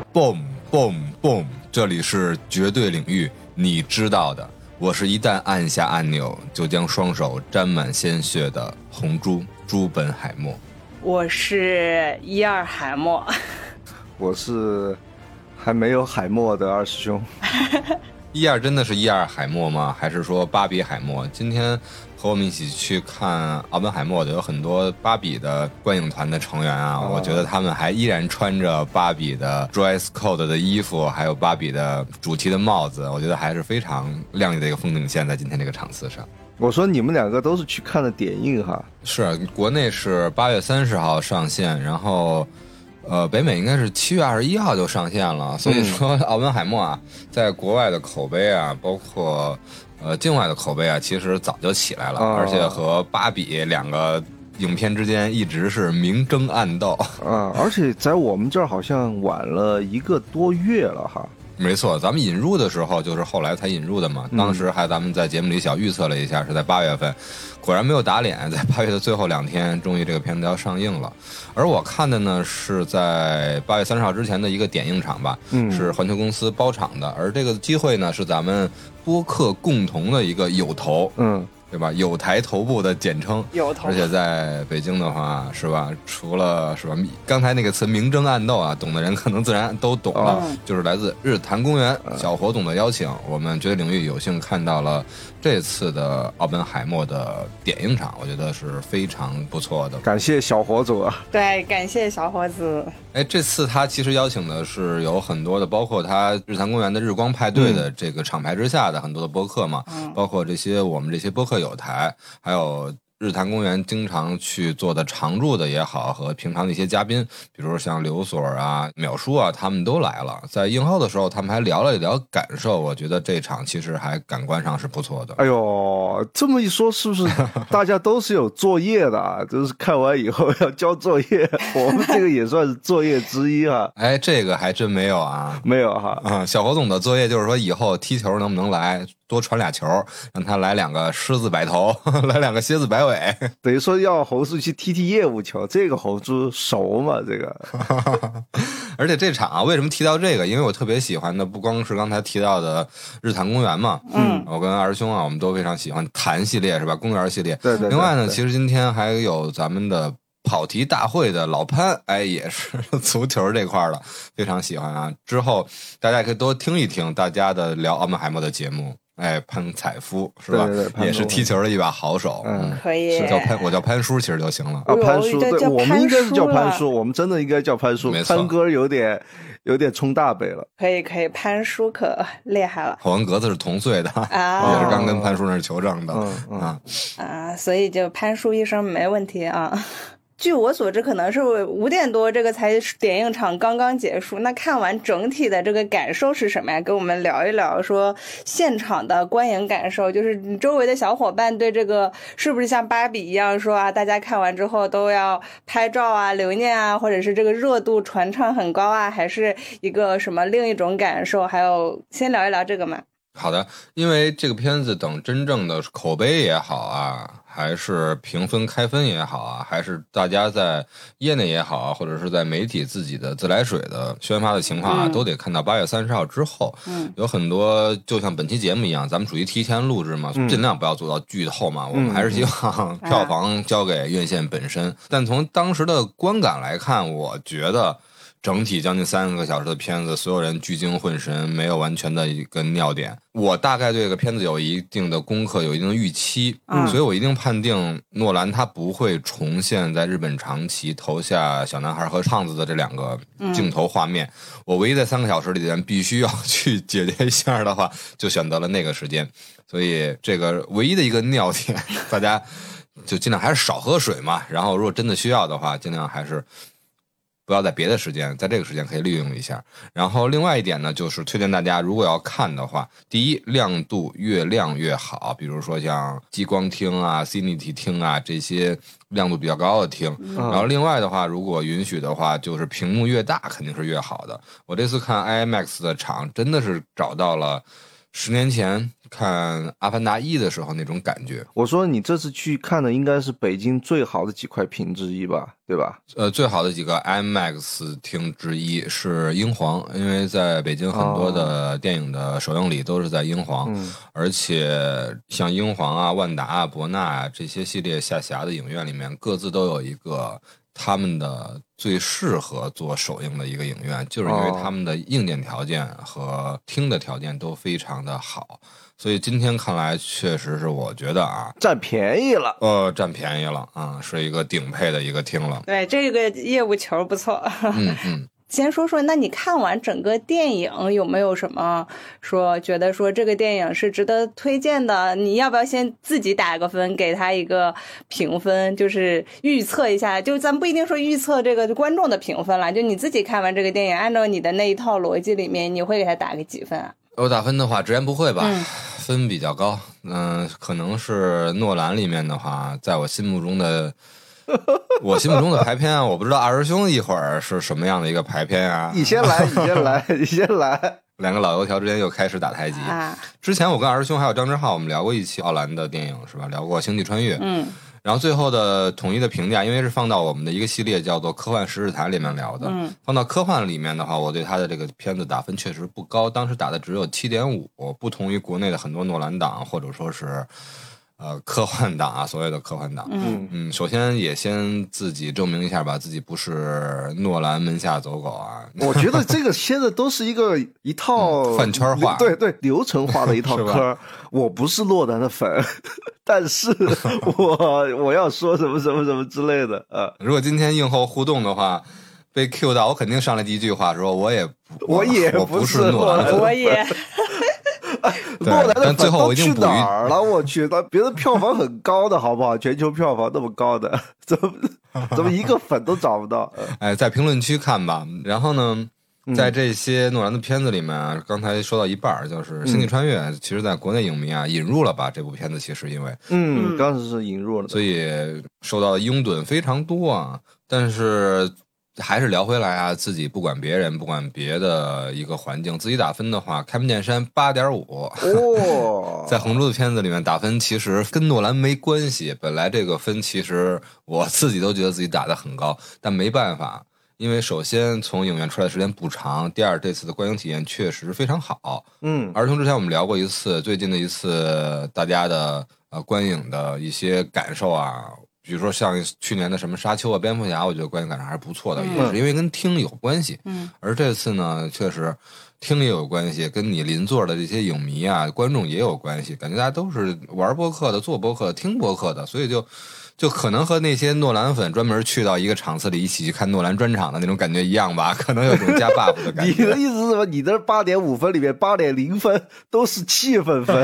蹦蹦蹦，这里是绝对领域，你知道的。我是一旦按下按钮就将双手沾满鲜血的红猪猪本海默。 我是一二海默。 我是还没有海默的二师兄。 一二真的是一二海默吗？还是说芭比海默？今天和我们一起去看奥本海默的有很多芭比的观影团的成员啊，我觉得他们还依然穿着芭比的 dress code 的衣服，还有芭比的主题的帽子，我觉得还是非常亮丽的一个风景线在今天这个场次上。 我说你们两个都是去看的点映哈？ 是，国内是8月30号上线，然后北美应该是7月21号就上线了，所以说奥本海默啊，在国外的口碑啊，包括境外的口碑啊，其实早就起来了，而且和芭比两个影片之间一直是明争暗斗啊，而且在我们这儿好像晚了1个多月了哈。 没错，咱们引入的时候就是后来才引入的嘛，当时还咱们在节目里小预测了一下，是在8月份，果然没有打脸，在8月的最后2天，终于这个片子要上映了。而我看的呢是在8月30号之前的一个点映场吧，是环球公司包场的，而这个机会呢是咱们播客共同的一个友投，对吧？有台头部的简称， 有头。 而且在北京的话，是吧？除了是吧？刚才那个词明争暗斗啊，懂的人可能自然都懂了，就是来自日坛公园小火总的邀请，我们绝对领域有幸看到了这次的奥本海默的点映场，我觉得是非常不错的。 感谢小火总啊！ 对，感谢小伙子。 哎，这次他其实邀请的是有很多的，包括他日坛公园的日光派对的这个厂牌之下的很多的播客嘛，包括这些我们这些播客有台，还有日坛公园经常去做的常驻的也好，和平常的一些嘉宾，比如像刘所啊、淼叔啊，他们都来了。在映后的时候，他们还聊了一聊感受，我觉得这场其实还感官上是不错的。 哎呦，这么一说，是不是大家都是有作业的啊？就是看完以后要交作业，我们这个也算是作业之一啊。 哎，这个还真没有啊， 没有哈。 小侯总的作业就是说，以后踢球能不能来多传俩球，让他来2个狮子摆头，来2个蝎子摆尾。 等于说要侯叔去踢业务球，这个侯叔熟嘛？这个， 而且这场啊，为什么提到这个？因为我特别喜欢的不光是刚才提到的日坛公园嘛，我跟二师兄啊，我们都非常喜欢坛系列，是吧？公园系列。 对。 另外呢，其实今天还有咱们的跑题大会的老潘，哎，也是足球这块的，非常喜欢啊。之后大家可以多听一听大家的聊奥本海默的节目。哎，潘采夫是吧？ 对， 也是踢球的一把好手。 可以。 我叫潘叔其实就行了。 啊，潘叔，对，我们应该是叫潘叔，我们真的应该叫潘叔。潘哥有点冲大北了。 可以，潘叔可厉害了。 我跟格子是同岁的啊，也是刚跟潘叔那儿求证的所以就潘叔一声没问题啊。据我所知，可能是5点多这个才点映场刚刚结束。那看完整体的这个感受是什么呀？跟我们聊一聊，说现场的观影感受，就是你周围的小伙伴对这个是不是像芭比一样说啊，大家看完之后都要拍照啊、留念啊，或者是这个热度传唱很高啊，还是一个什么另一种感受？还有先聊一聊这个嘛。 好的，因为这个片子等真正的口碑也好啊，还是评分开分也好啊，还是大家在业内也好啊，或者是在媒体自己的自来水的宣发的情况啊，都得看到8月30号之后。有很多就像本期节目一样，咱们属于提前录制嘛，尽量不要做到剧透嘛，我们还是希望票房交给院线本身。但从当时的观感来看，我觉得整体将近3个小时的片子，所有人聚精会神，没有完全的一个尿点。我大概对这个片子有一定的功课，有一定的预期，所以我一定判定诺兰他不会重现在日本长崎投下小男孩和胖子的这2个镜头画面。我唯一在3个小时里边必须要去解决一下的话，就选择了那个时间。所以这个唯一的一个尿点，大家就尽量还是少喝水嘛。然后如果真的需要的话，尽量还是不要在别的时间，在这个时间可以利用一下。然后另外一点呢，就是推荐大家如果要看的话，第一，亮度越亮越好，比如说像激光厅啊、Cinity 厅啊这些亮度比较高的厅。然后另外的话，如果允许的话，就是屏幕越大肯定是越好的。我这次看 IMAX 的场真的是找到了 10年前看《阿凡达1》的时候那种感觉。 我说你这次去看的应该是北京最好的几块屏之一吧，对吧？ 最好的几个 IMAX 厅之一是英皇，因为在北京很多的电影的首映礼都是在英皇，而且像英皇啊、万达啊、博纳啊这些系列下辖的影院里面，各自都有一个他们的最适合做首映的一个影院，就是因为他们的硬件条件和厅的条件都非常的好，所以今天看来确实是我觉得啊， 占便宜了。 占便宜了啊，是一个顶配的一个厅了。 对，这个业务球不错。先说说，那你看完整个电影有没有什么说觉得说这个电影是值得推荐的？你要不要先自己打个分，给他一个评分，就是预测一下，就咱不一定说预测这个观众的评分了，就你自己看完这个电影，按照你的那一套逻辑里面，你会给他打个几分啊？ 我打分的话，直言不讳吧，分比较高。可能是诺兰里面的话，在我心目中的排片啊，我不知道二师兄一会儿是什么样的一个排片啊。 你先来，你先来，你先来。 两个老油条之间又开始打太极。之前我跟二师兄还有张志浩，我们聊过一期奥兰的电影，是吧？聊过《星际穿越》。然后最后的统一的评价，因为是放到我们的一个系列叫做《科幻时事谈》里面聊的。放到科幻里面的话，我对他的这个片子打分确实不高，当时打的只有7.5，不同于国内的很多诺兰党或者说是科幻党啊，所谓的科幻党。首先也先自己证明一下吧，自己不是诺兰门下走狗啊。 我觉得这个现在都是一套饭圈化， 对对，流程化的一套嗑。我不是诺兰的粉，但是我要说什么什么什么之类的啊。 如果今天映后互动的话，被 Q 到，我肯定上来第一句话说，我不是诺兰粉， 我也。 诺兰的粉都去哪儿了？我去，别的票房很高的好不好？全球票房那么高的，怎么一个粉都找不到？ 在评论区看吧。然后呢，在这些诺兰的片子里面，刚才说到一半，就是《星际穿越》，其实在国内影迷啊引入了吧这部片子，其实因为当时是引入了， 所以受到的拥趸非常多啊。但是还是聊回来啊，自己不管别人，不管别的一个环境，自己打分的话，开门见山8.5。在横珠的片子里面打分，其实跟诺兰没关系。本来这个分其实我自己都觉得自己打得很高，但没办法，因为首先从影院出来的时间不长，第二这次的观影体验确实非常好。儿童之前我们聊过一次，最近的一次大家的观影的一些感受啊。比如说像去年的什么沙丘啊、蝙蝠侠，我觉得观影感受还是不错的，也是因为跟听有关系。而这次呢，确实听也有关系，跟你邻座的这些影迷啊、观众也有关系，感觉大家都是玩播客的、做播客的、听播客的，所以就可能和那些诺兰粉专门去到一个场次里一起去看诺兰专场的那种感觉一样吧，可能有种加 buff 的感觉。 你的意思是什么？你的8.5分里面8.0分都是气氛分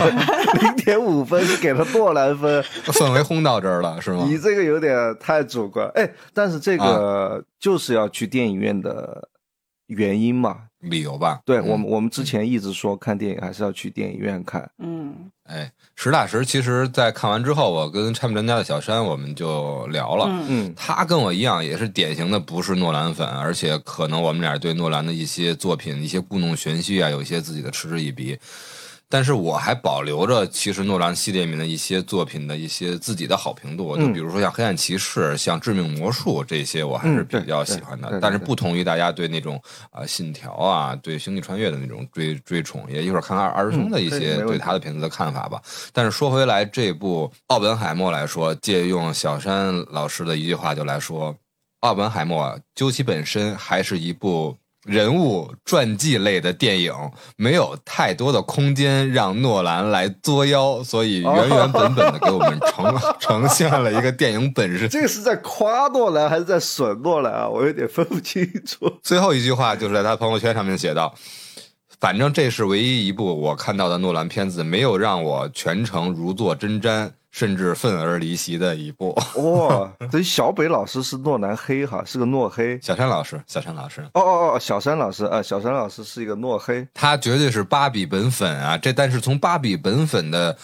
，0.5分是给了诺兰分， 氛围轰到这儿了是吗？ 你这个有点太主观。但是这个就是要去电影院的原因嘛， 理由吧。 对，我们之前一直说看电影还是要去电影院看。 实打实，其实在看完之后，我跟拆幕专家的小山我们就聊了。他跟我一样也是典型的不是诺兰粉，而且可能我们俩对诺兰的一些作品、一些故弄玄虚啊，有一些自己的嗤之以鼻。但是我还保留着其实诺兰系列里面的一些作品的一些自己的好评度，就比如说像黑暗骑士、像致命魔术这些我还是比较喜欢的。但是不同于大家对那种信条啊、对星际穿越的那种追宠，也一会儿看看二师兄的一些对他的片子的看法吧。但是说回来，这部奥本海默来说，借用小山老师的一句话就来说，奥本海默究其本身还是一部人物传记类的电影，没有太多的空间让诺兰来作妖，所以原原本本的给我们呈现了一个电影本身。 这个是在夸诺兰还是在损诺兰啊？我有点分不清楚。 最后一句话就是在他朋友圈上面写道，反正这是唯一一部我看到的诺兰片子没有让我全程如坐针毡甚至愤而离席的一部。 这小北老师是诺兰黑哈，是个诺黑。 小山老师小山老师啊，小山老师是一个诺黑， 他绝对是芭比本粉啊！但是从芭比本粉的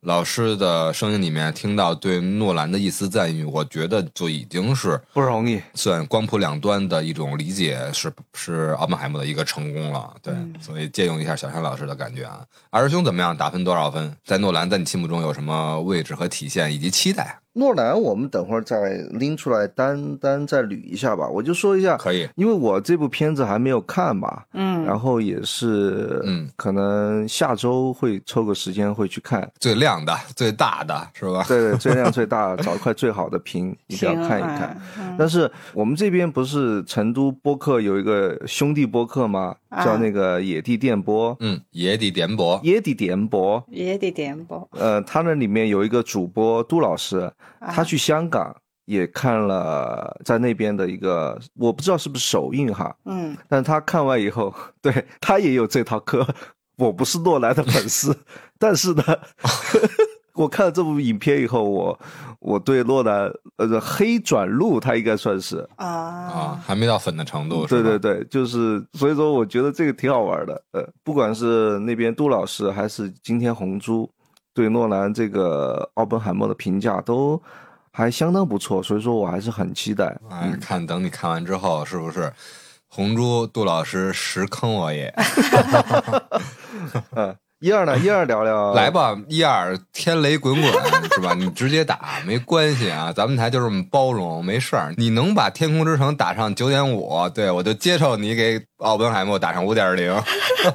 老师的声音里面听到对诺兰的一丝赞誉，我觉得就已经是不容易， 算光谱两端的一种理解，是奥本海默的一个成功了。对，所以借用一下小山老师的感觉啊。二师兄怎么样？打分多少分？在诺兰在你心目中有什么位置和体现以及期待？ 诺兰我们等会儿再拎出来单再捋一下吧，我就说一下， 可以， 因为我这部片子还没有看嘛，然后也是可能下周会抽个时间会去看， 最亮的最大的是吧？ 对，最亮最大的找块最好的屏一定要看一看。但是我们这边不是成都播客有一个兄弟播客吗？叫那个野地电波， 野地电波， 他那里面有一个主播杜老师，他去香港也看了在那边的一个，我不知道是不是首映哈，但他看完以后，对，他也有这套课。我不是诺兰的粉丝，但是呢我看了这部影片以后，我对诺兰黑转路，他应该算是还没到粉的程度， 对对对，就是所以说我觉得这个挺好玩的。不管是那边杜老师还是今天红猪，对诺兰这个奥本海默的评价都还相当不错，所以说我还是很期待。 等你看完之后，是不是红猪杜老师实坑我也？ 12呢？12聊聊， 来吧，12天雷滚滚是吧？你直接打没关系啊，咱们台就这么包容，没事儿。你能把天空之城打上9.5，对，我就接受你给奥本海默打上5.0。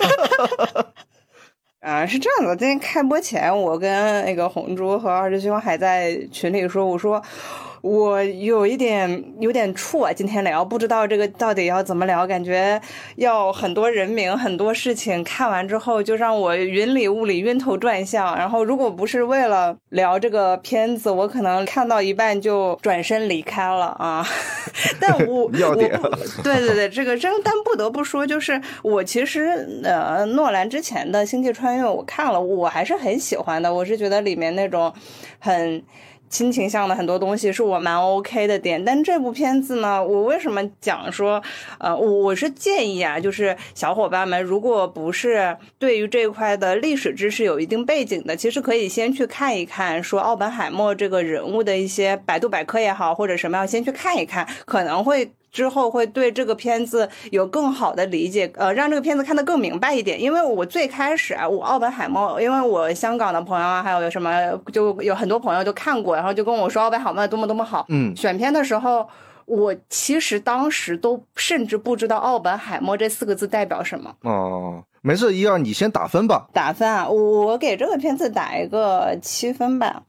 是这样的，今天开播前，我跟那个红猪和二师兄还在群里说，我说我有点怵啊，今天聊不知道这个到底要怎么聊，感觉要很多人名很多事情，看完之后就让我云里雾里晕头转向，然后如果不是为了聊这个片子，我可能看到一半就转身离开了啊。但要点对，这个但不得不说，就是我其实诺兰之前的星际穿越我看了，我还是很喜欢的，我是觉得里面那种很亲情向的很多东西是我蛮 OK 的点。但这部片子呢，我为什么讲说我是建议啊，就是小伙伴们如果不是对于这一块的历史知识有一定背景的，其实可以先去看一看说奥本海默这个人物的一些百度百科也好或者什么样，先去看一看，可能会之后会对这个片子有更好的理解，让这个片子看得更明白一点。因为我最开始我奥本海默，因为我香港的朋友啊，还有什么就有很多朋友就看过，然后就跟我说奥本海默多么多么好。选片的时候，我其实当时都甚至不知道奥本海默这4个字代表什么。 没事，12你先打分吧。 打分啊，我给这个片子打一个7分吧。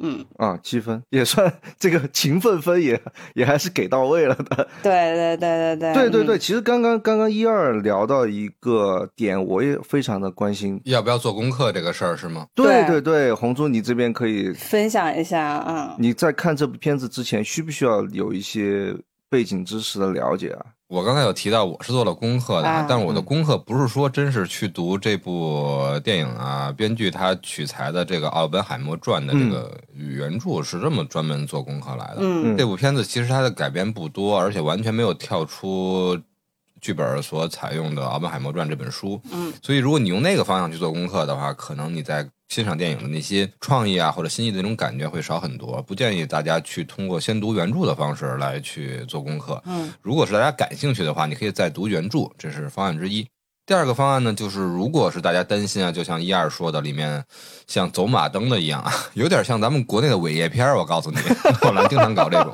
7分也算这个勤奋分也还是给到位了的。对，其实刚刚12聊到一个点，我也非常的关心， 要不要做功课这个事儿是吗？ 对，红猪你这边可以分享一下。 你在看这部片子之前，需不需要有一些背景知识的了解啊？ 我刚才有提到我是做了功课的，但我的功课不是说真是去读这部电影啊，编剧他取材的这个奥本海默传的这个原著是这么专门做功课来的。这部片子其实它的改编不多，而且完全没有跳出剧本所采用的奥本海默传这本书。所以如果你用那个方向去做功课的话，可能你在欣赏电影的那些创意啊或者新意的那种感觉会少很多，不建议大家去通过先读原著的方式来去做功课。如果是大家感兴趣的话，你可以再读原著，这是方案之一。第二个方案呢，就是如果是大家担心啊，就像12说的，里面像走马灯的一样，有点像咱们国内的伪叶片，我告诉你，诺兰经常搞这种。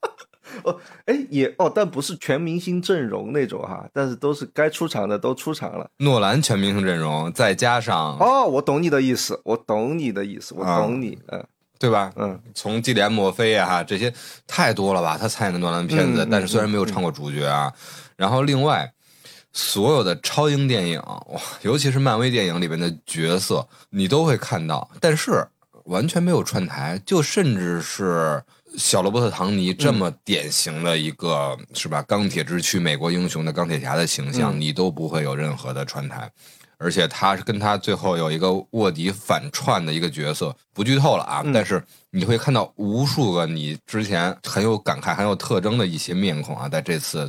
但不是全明星阵容那种哈，但是都是该出场的都出场了。 诺兰全明星阵容，再加上我懂你的意思，我懂你， 对吧？从基里安·墨菲啊，这些太多了吧？他参演的诺兰片子，但是虽然没有唱过主角啊。然后另外，所有的超英电影，尤其是漫威电影里面的角色，你都会看到，但是完全没有串台，就甚至是小罗伯特·唐尼这么典型的一个是吧钢铁之躯美国英雄的钢铁侠的形象，你都不会有任何的串台。而且他跟他最后有一个卧底反串的一个角色，不剧透了啊，但是你会看到无数个你之前很有感慨很有特征的一些面孔啊，在这次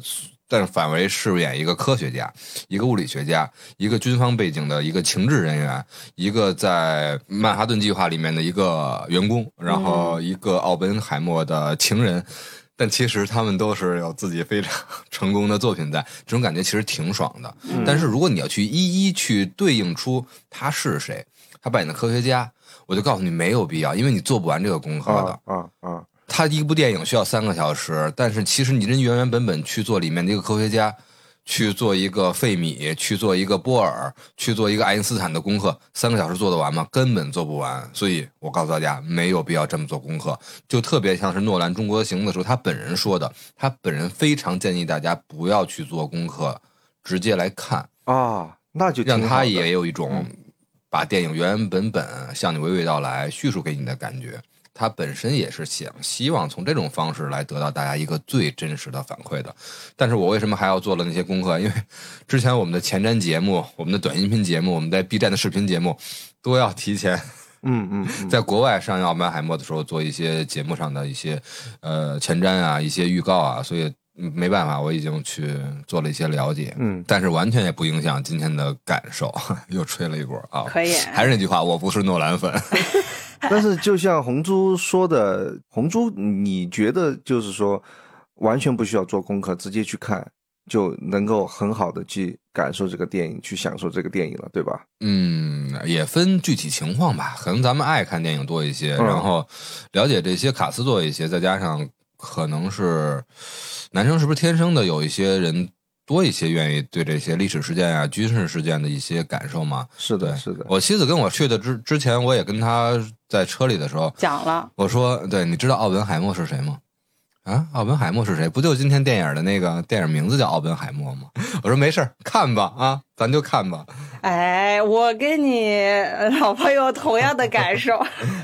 但反为饰演一个科学家，一个物理学家，一个军方背景的一个情治人员，一个在曼哈顿计划里面的一个员工，然后一个奥本海默的情人。但其实他们都是有自己非常成功的作品在，这种感觉其实挺爽的。但是如果你要去一一去对应出他是谁，他扮演的科学家，我就告诉你没有必要，因为你做不完这个功课的。他一部电影需要3个小时，但是其实你真原原本本去做里面的一个科学家，去做一个费米，去做一个波尔，去做一个爱因斯坦的功课，3个小时做得完吗？根本做不完。所以我告诉大家，没有必要这么做功课。就特别像是诺兰《中国行》的时候，他本人说的，他本人非常建议大家不要去做功课，直接来看啊，那就让他也有一种把电影原原本本向你娓娓道来叙述给你的感觉。他本身也是希望从这种方式来得到大家一个最真实的反馈的。但是我为什么还要做了那些功课？因为之前我们的前瞻节目，我们的短音频节目，我们在 B 站的视频节目都要提前在国外上映奥本海默的时候做一些节目上的一些前瞻啊，一些预告啊，所以没办法，我已经去做了一些了解，但是完全也不影响今天的感受。又吹了一波啊！ 可以， 还是那句话，我不是诺兰粉。 但是就像红猪说的，红猪，你觉得就是说完全不需要做功课，直接去看就能够很好的去感受这个电影，去享受这个电影了，对吧？ 也分具体情况吧，可能咱们爱看电影多一些，然后了解这些卡司多一些，再加上可能是男生是不是天生的有一些人多一些愿意对这些历史事件啊、军事事件的一些感受嘛？ 是的，是的。 我妻子跟我去的之前，我也跟她在车里的时候讲了， 我说：“对，你知道奥本海默是谁吗？”啊，奥本海默是谁？不就今天电影的那个电影名字叫奥本海默吗？我说没事，看吧，啊，咱就看吧。 哎，我跟你老婆有同样的感受。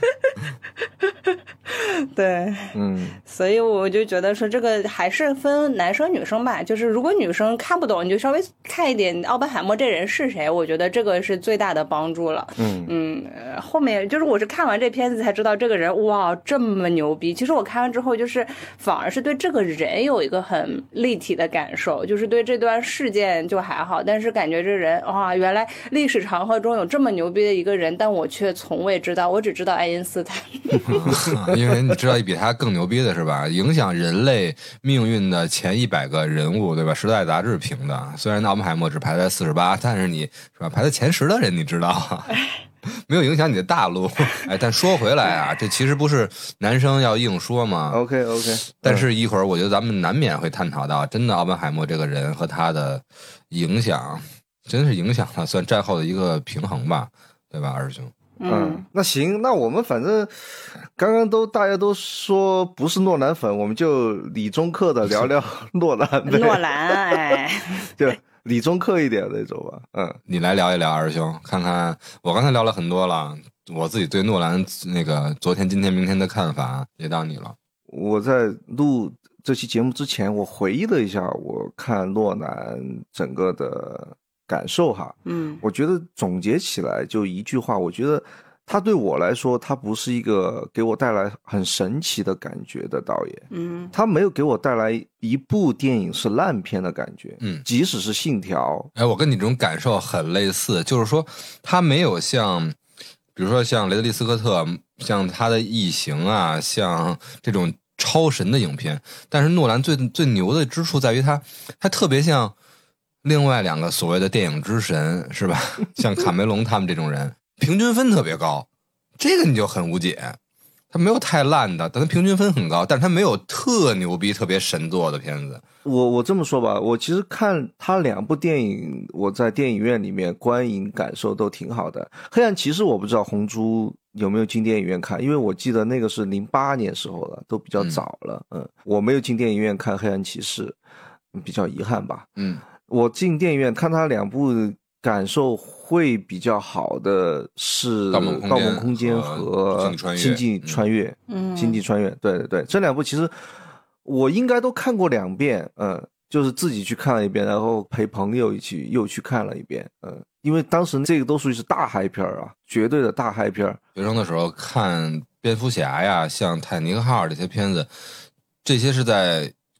对，所以我就觉得说这个还是分男生女生吧，就是如果女生看不懂，你就稍微看一点奥本海默这人是谁，我觉得这个是最大的帮助了。后面就是我是看完这片子才知道这个人哇这么牛逼，其实我看完之后就是反而是对这个人有一个很立体的感受，就是对这段事件就还好，但是感觉这人哇原来历史长河中有这么牛逼的一个人，但我却从未知道，我只知道爱因斯坦。 因为你知道比他更牛逼的是吧？影响人类命运的前100个人物，对吧？时代杂志评的，虽然奥本海默只排在48，但是你是吧？排在前10的人，你知道没有影响你的大陆。哎，但说回来啊，这其实不是男生要硬说吗 ？OK， 但是一会儿我觉得咱们难免会探讨到，真的奥本海默这个人和他的影响，真是影响了算战后的一个平衡吧，对吧，二师兄？ 那行，那我们反正刚刚大家都说不是诺兰粉，我们就理中客的聊聊诺兰呗。 诺兰，哎， 就理中客一点那种吧。 你来聊一聊，二师兄，看看我刚才聊了很多了，我自己对诺兰那个昨天、今天、明天的看法也到你了。 我在录这期节目之前，我回忆了一下我看诺兰整个的感受哈，我觉得总结起来就一句话，我觉得他对我来说，他不是一个给我带来很神奇的感觉的导演，他没有给我带来一部电影是烂片的感觉，即使是信条， 我跟你这种感受很类似，就是说他没有像，比如说像雷德利·斯科特，像他的异形啊，像这种超神的影片，但是诺兰最牛的之处在于他特别像另外2个所谓的电影之神，是吧？像卡梅隆他们这种人，平均分特别高，这个你就很无解。他没有太烂的，但他平均分很高，但是他没有特牛逼、特别神作的片子。 我这么说吧，我其实看他2部电影，我在电影院里面观影感受都挺好的。黑暗骑士我不知道红猪有没有进电影院看，因为我记得那个是08年时候了，都比较早了。我没有进电影院看黑暗骑士，比较遗憾吧。我进电影院看他2部，感受会比较好的是《盗梦空间》和《星际穿越》。星际穿越，对对对，这2部其实我应该都看过2遍，就是自己去看了一遍，然后陪朋友一起又去看了一遍，因为当时这个都属于是大嗨片啊，绝对的大嗨片。 学生的时候看蝙蝠侠呀，像泰坦尼克号这些片子，这些是在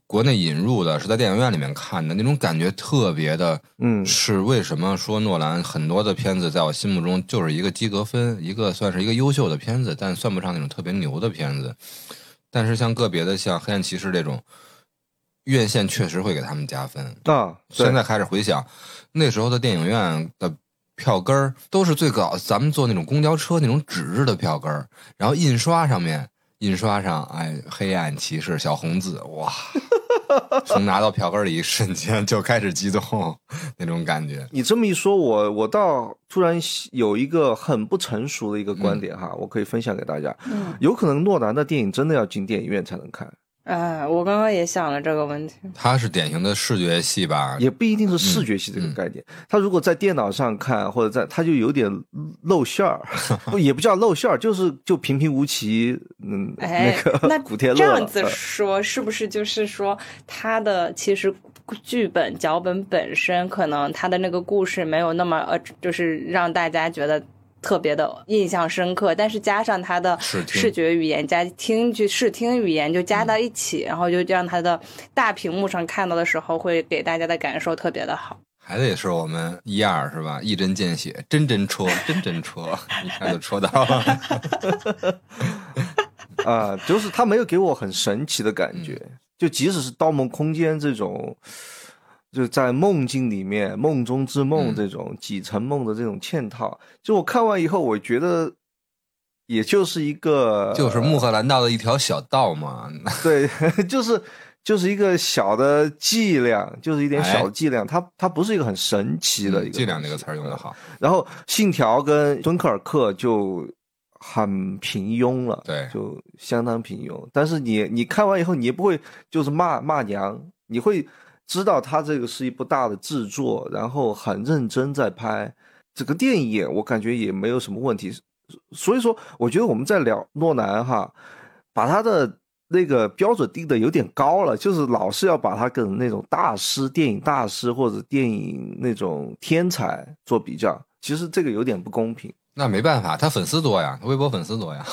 国内引入的，是在电影院里面看的，那种感觉特别的，是为什么说诺兰很多的片子在我心目中就是一个及格分，一个算是一个优秀的片子，但算不上那种特别牛的片子。但是像个别的像黑暗骑士这种，院线确实会给他们加分啊。 现在开始回想那时候的电影院的票根都是最早咱们坐那种公交车那种纸质的票根，然后印刷上，哎，黑暗骑士小红字，哇，从拿到票根的一瞬间就开始激动那种感觉。 你这么一说，我倒突然有一个很不成熟的一个观点哈，我可以分享给大家。有可能诺兰的电影真的要进电影院才能看。 我刚刚也想了这个问题。 他是典型的视觉系吧？ 也不一定是视觉系这个概念。他如果在电脑上看，或者他就有点露馅儿，也不叫露馅儿，就平平无奇。那个古天乐这样子说，是不是就是说他的其实剧本脚本本身可能他的那个故事没有那么就是让大家觉得特别的印象深刻，但是加上他的视觉语言加视听语言就加到一起，然后就让他的大屏幕上看到的时候会给大家的感受特别的好。 还得是我们1-2是吧？一针见血，针戳，针戳，一下就戳到了。 啊，就是他没有给我很神奇的感觉，就即使是《盗梦空间》这种。就在梦境里面，梦中之梦这种几层梦的这种嵌套，就我看完以后，我觉得也就是一个， 就是穆赫兰道的一条小道嘛。 对，就是一个小的伎俩，就是一点小伎俩，它不是一个很神奇的一个伎俩这个词儿用得好。 然后信条跟敦刻尔克就很平庸了， 对， 就相当平庸。但是你看完以后，你也不会就是骂娘，你会知道他这个是一部大的制作，然后很认真在拍这个电影，我感觉也没有什么问题。所以说我觉得我们在聊诺兰哈，把他的那个标准定的有点高了，就是老是要把他跟那种大师、电影大师或者电影那种天才做比较，其实这个有点不公平。 那没办法，他粉丝多呀，他微博粉丝多呀。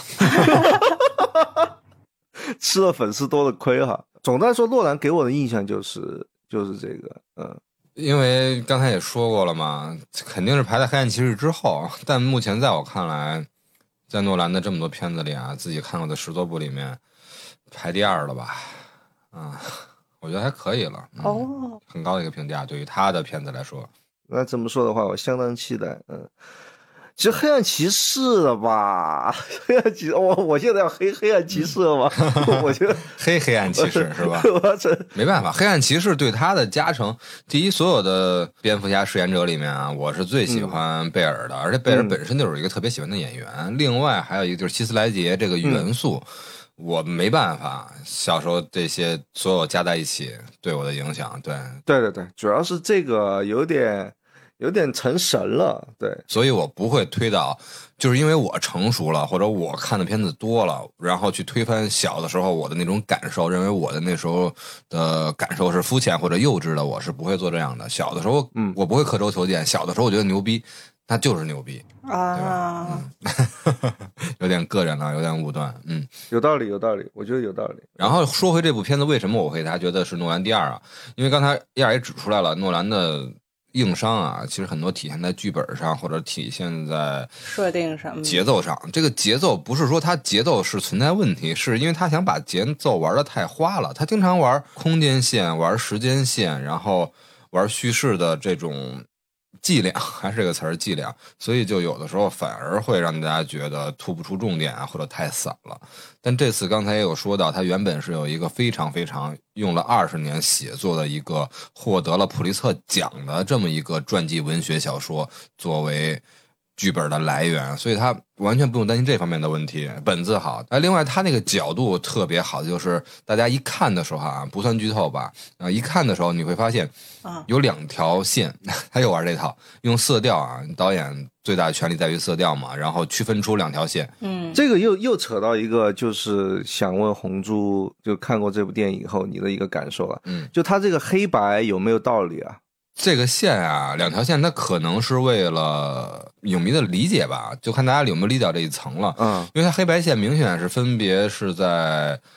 吃了粉丝多的亏哈。总的来说，诺兰给我的印象就是这个， 因为刚才也说过了嘛，肯定是排在黑暗骑士之后，但目前在我看来，在诺兰的这么多片子里啊，自己看过的10多部里面排第2了吧。我觉得还可以了。很高的一个评价，对于他的片子来说。 那这么说的话，我相当期待。其实黑暗骑士了吧，黑暗骑士，我现在要黑暗骑士了吗？我觉得黑暗骑士是吧？没办法，黑暗骑士对他的加成，第一，所有的蝙蝠侠饰演者里面啊，我是最喜欢贝尔的，而且贝尔本身就是一个特别喜欢的演员。另外还有一个就是希斯莱杰这个元素，我没办法，小时候这些所有加在一起对我的影响，对， 主要是这个有点成神了，对， 所以我不会推到，就是因为我成熟了，或者我看的片子多了，然后去推翻小的时候我的那种感受，认为我的那时候的感受是肤浅或者幼稚的，我是不会做这样的。小的时候，我不会刻舟求剑，小的时候我觉得牛逼，那就是牛逼啊，有点个人了，有点武断， 有道理，我觉得有道理。 然后说回这部片子，为什么我会他觉得是诺兰第2啊？因为刚才燕儿也指出来了，诺兰的硬伤啊，其实很多体现在剧本上，或者体现在设定上、 节奏上。这个节奏不是说他节奏是存在问题，是因为他想把节奏玩得太花了。他经常玩空间线、玩时间线，然后玩叙事的这种伎俩，还是这个词儿伎俩，所以就有的时候反而会让大家觉得突不出重点啊，或者太散了。但这次刚才也有说到，他原本是有一个非常非常用了20年写作的一个获得了普利策奖的这么一个传记文学小说作为剧本的来源，所以他完全不用担心这方面的问题，本子好。另外他那个角度特别好，就是大家一看的时候啊，不算剧透吧，一看的时候你会发现有2条线，他又玩这套，用色调啊，导演最大的权利在于色调嘛，然后区分出2条线。 这个又扯到一个，就是想问红猪，就看过这部电影以后你的一个感受了。就他这个黑白有没有道理啊？ 这个线啊，2条线，它可能是为了影迷的理解吧，就看大家有没有理解这一层了。因为它黑白线明显是分别是在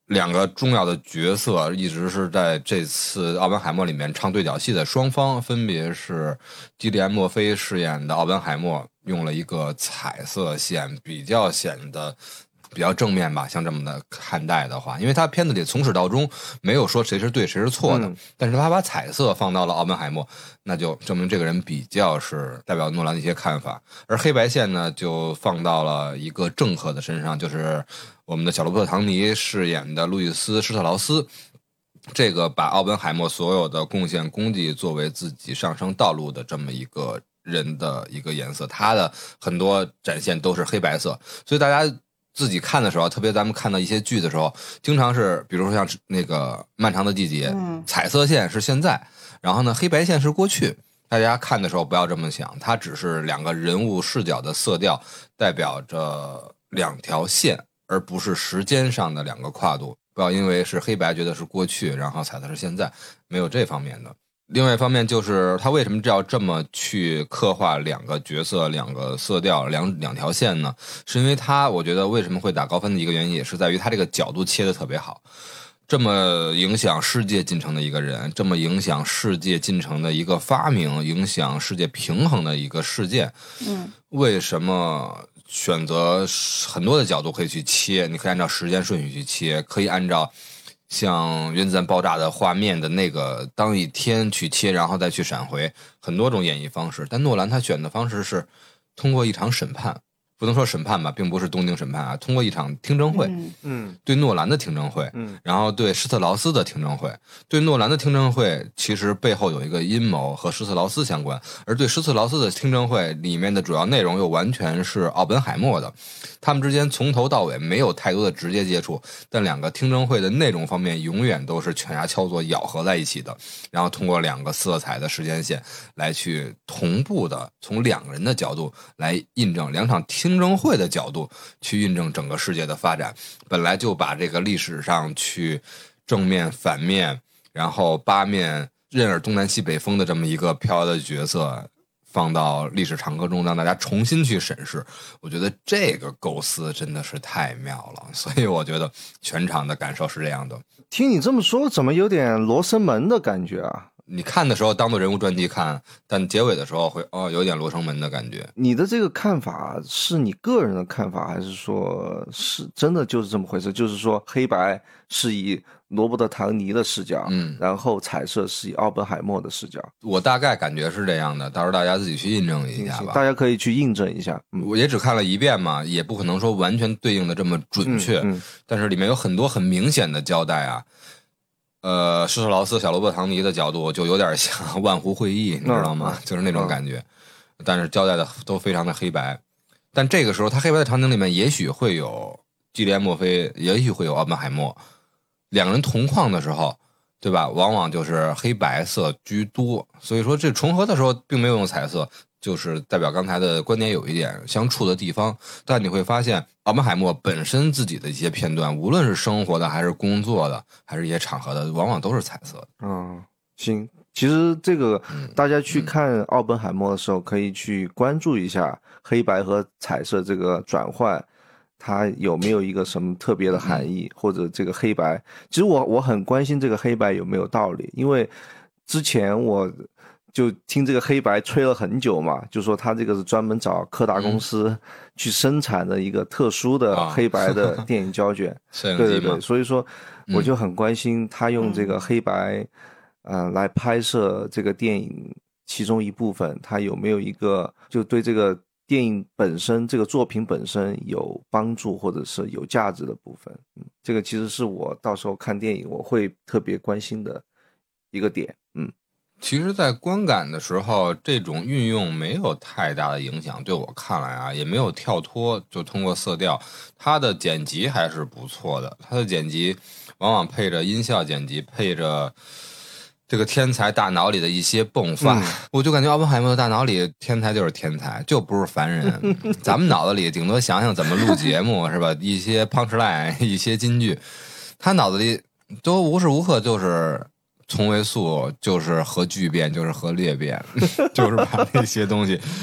两个重要的角色一直是在这次奥本海默里面唱对角戏的双方，分别是基里安·墨菲饰演的奥本海默，用了一个彩色线，比较显得比较正面吧，像这么的看待的话，因为他片子里从始到终没有说谁是对谁是错的，但是他把彩色放到了奥本海默，那就证明这个人比较是代表诺兰的一些看法，而黑白线呢就放到了一个政客的身上，就是我们的小罗伯特·唐尼饰演的路易斯·施特劳斯，这个把奥本海默所有的贡献功绩作为自己上升道路的这么一个人的一个颜色，他的很多展现都是黑白色，所以大家自己看的时候，特别咱们看到一些剧的时候，经常是比如说像那个漫长的季节，彩色线是现在，然后呢黑白线是过去，大家看的时候不要这么想，它只是两个人物视角的色调代表着两条线，而不是时间上的两个跨度，不要因为是黑白觉得是过去，然后彩色是现在，没有这方面的。另外一方面就是他为什么要这么去刻画两个角色、两个色调、两条线呢？是因为他我觉得为什么会打高分的一个原因，也是在于他这个角度切得特别好。这么影响世界进程的一个人，这么影响世界进程的一个发明，影响世界平衡的一个事件，为什么选择很多的角度可以去切？你可以按照时间顺序去切，可以按照像原子弹爆炸的画面的那个当一天去切，然后再去闪回，很多种演绎方式。但诺兰他选的方式是通过一场审判，不能说审判吧，并不是东京审判啊，通过一场听证会，对诺兰的听证会，然后对施特劳斯的听证会，对诺兰的听证会其实背后有一个阴谋和施特劳斯相关，而对施特劳斯的听证会里面的主要内容又完全是奥本海默的，他们之间从头到尾没有太多的直接接触，但两个听证会的内容方面永远都是犬牙交错咬合在一起的，然后通过两个色彩的时间线来去同步的从两个人的角度来印证，两场听证会的角度去印证整个世界的发展，本来就把这个历史上去正面反面然后八面任尔东南西北风的这么一个飘的角色放到历史长河中，让大家重新去审视，我觉得这个构思真的是太妙了，所以我觉得全场的感受是这样的。 听你这么说怎么有点罗生门的感觉啊？ 你看的时候当做人物传记看，但结尾的时候会有点罗生门的感觉。 你的这个看法是你个人的看法，还是说是真的就是这么回事？就是说黑白是以罗伯特·唐尼的视角，然后彩色是以奥本海默的视角。 我大概感觉是这样的，到时候大家自己去印证一下吧。 大家可以去印证一下。 我也只看了一遍嘛，也不可能说完全对应的这么准确，但是里面有很多很明显的交代啊。施特劳斯、小罗伯特·唐尼的角度就有点像万湖会议，你知道吗？就是那种感觉，但是交代的都非常的黑白。但这个时候他黑白的场景里面也许会有基里安·墨菲，也许会有奥本海默，两个人同框的时候，对吧？往往就是黑白色居多，所以说这重合的时候并没有用彩色，就是代表刚才的观点有一点相处的地方。但你会发现奥本海默本身自己的一些片段，无论是生活的还是工作的还是一些场合的，往往都是彩色的。 行，其实这个大家去看奥本海默的时候可以去关注一下黑白和彩色这个转换，它有没有一个什么特别的含义，或者这个黑白，其实我很关心这个黑白有没有道理，因为之前我就听这个黑白吹了很久嘛，就说他这个是专门找柯达公司去生产的一个特殊的黑白的电影胶卷，对对对，所以说我就很关心他用这个黑白来拍摄这个电影其中一部分，他有没有一个就对这个电影本身这个作品本身有帮助或者是有价值的部分。这个其实是我到时候看电影我会特别关心的一个点。 其实在观感的时候这种运用没有太大的影响，对我看来啊也没有跳脱，就通过色调，它的剪辑还是不错的，它的剪辑往往配着音效剪辑，配着这个天才大脑里的一些迸发，我就感觉奥本海默的大脑里天才就是天才，就不是凡人。咱们脑子里顶多想想怎么录节目是吧，一些 punchline 一些金句，他脑子里都无时无刻就是同位素，就是核聚变，就是核裂变，就是把那些东西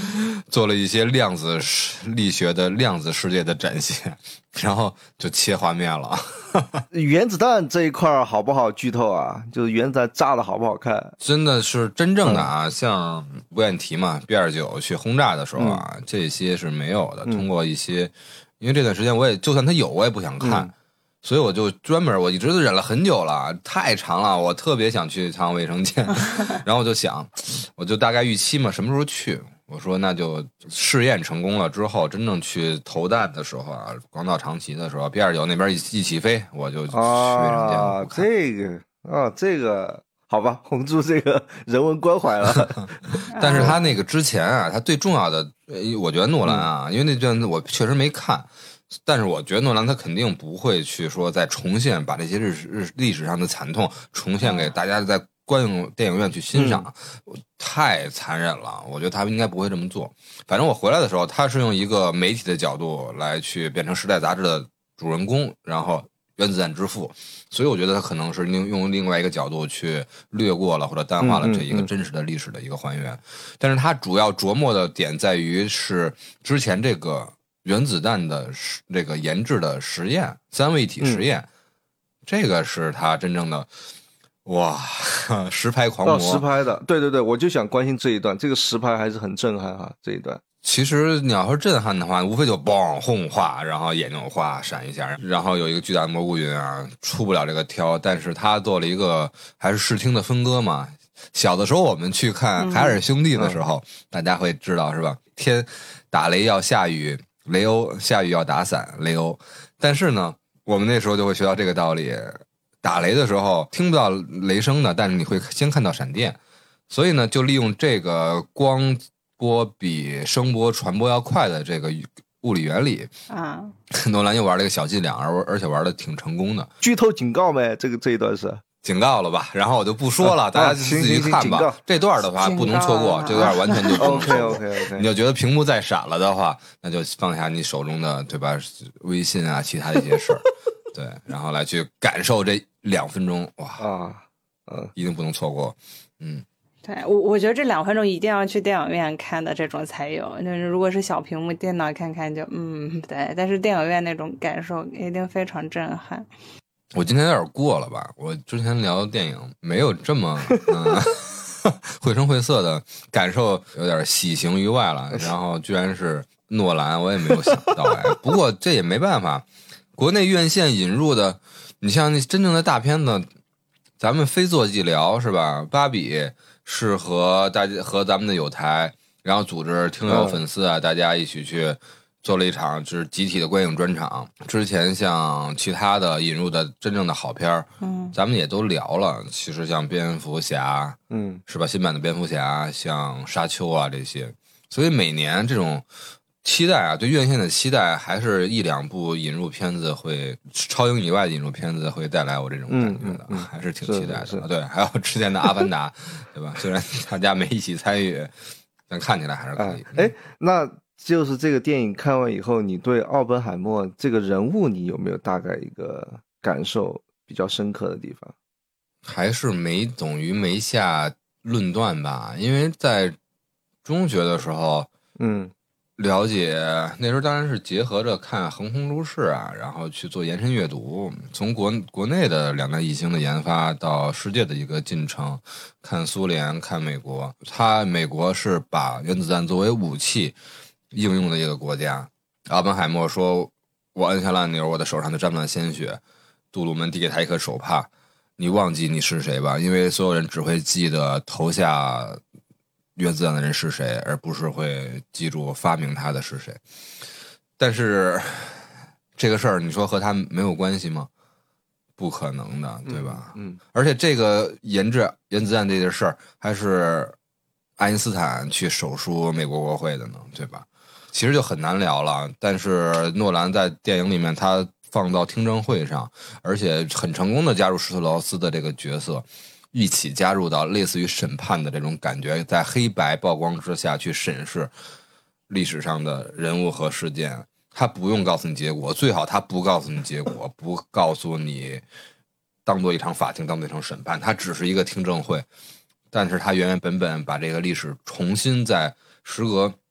做了一些量子力学的量子世界的展现，然后就切画面了。 原子弹这一块好不好剧透啊？就是原子弹炸的好不好看？ 真的是真正的啊，像不愿提嘛，B29去轰炸的时候啊，这些是没有的。通过一些，因为这段时间我也就算它有，我也不想看。所以我就专门，我一直都忍了很久了，太长了，我特别想去趟卫生间，然后我就想，我就大概预期嘛，什么时候去？我说那就试验成功了之后，真正去投弹的时候啊，广岛长崎的时候 ，B29那边一起飞，我就去卫生间了。 这个好吧，红猪这个人文关怀了。 但是他那个之前啊，他最重要的，我觉得诺兰啊，因为那段我确实没看。但是我觉得诺兰他肯定不会去说再重现把这些历史上的惨痛重现给大家在电影院去欣赏，太残忍了。我觉得他应该不会这么做。反正我回来的时候，他是用一个媒体的角度来去变成《时代》杂志的主人公，然后原子弹之父，所以我觉得他可能是用另外一个角度去略过了或者淡化了这一个真实的历史的一个还原。但是他主要琢磨的点在于是之前这个原子弹的这个研制的实验，三位一体实验，这个是他真正的哇实拍狂魔。 实拍的，对对对，我就想关心这一段，这个实拍还是很震撼哈，这一段。 其实你要说震撼的话，无非就嘣轰画，然后眼睛画闪一下，然后有一个巨大的蘑菇云啊，出不了这个挑。但是他做了一个还是视听的分割嘛。小的时候我们去看海尔兄弟的时候，大家会知道是吧？天打雷要下雨。雷欧下雨要打伞，雷欧。但是呢，我们那时候就会学到这个道理：打雷的时候听不到雷声的，但是你会先看到闪电。所以呢，就利用这个光波比声波传播要快的这个物理原理啊，诺兰又玩了一个小伎俩，而且玩的挺成功的。 剧透警告没？这一段是。 警告了吧，然后我就不说了，大家自己看吧。这段的话不能错过，这段完全就不能错过。 OK， 你就觉得屏幕再闪了的话，那就放下你手中的对吧，微信啊，其他的一些事儿，对，然后来去感受这2分钟，哇一定不能错过。 对，我觉得这2分钟一定要去电影院看的这种才有，就是如果是小屏幕电脑看看就对，但是电影院那种感受一定非常震撼。 我今天有点过了吧？我之前聊电影没有这么绘声绘色的感受，有点喜形于外了。然后居然是诺兰，我也没有想到哎。不过这也没办法，国内院线引入的，你像那真正的大片子，咱们非做即聊是吧？芭比是和咱们的友台，然后组织听友粉丝啊，大家一起去。做了一场就是集体的观影专场。之前像其他的引入的真正的好片咱们也都聊了。其实像蝙蝠侠，是吧？新版的蝙蝠侠，像沙丘啊这些。所以每年这种期待啊，对院线的期待，还是1-2部引入片子会超英以外的引入片子会带来我这种感觉的，还是挺期待的。对，还有之前的《阿凡达》，对吧？虽然大家没一起参与，但看起来还是可以。 那。就是这个电影看完以后，你对奥本海默这个人物，你有没有大概一个感受比较深刻的地方？ 还是没等于没下论断吧，因为在中学的时候，了解那时候当然是结合着看横空出世啊，然后去做延伸阅读，从国内的2代异星的研发到世界的一个进程，看苏联，看美国，美国是把原子弹作为武器应用的一个国家。奥本海默说，我按下按钮，我的手上就沾满了鲜血，杜鲁门递给他一颗手帕，你忘记你是谁吧，因为所有人只会记得投下原子弹的人是谁，而不是会记住发明它的是谁。但是这个事儿你说和他没有关系吗？不可能的，对吧？而且这个研制原子弹这件事儿还是爱因斯坦去手书美国国会的呢，对吧？其实就很难聊了。但是诺兰在电影里面他放到听证会上，而且很成功的加入施特劳斯的这个角色，一起加入到类似于审判的这种感觉，在黑白曝光之下去审视历史上的人物和事件。他不用告诉你结果，最好他不告诉你结果，不告诉你当做一场法庭，当做一场审判，它只是一个听证会。但是他原原本本把这个历史重新在时隔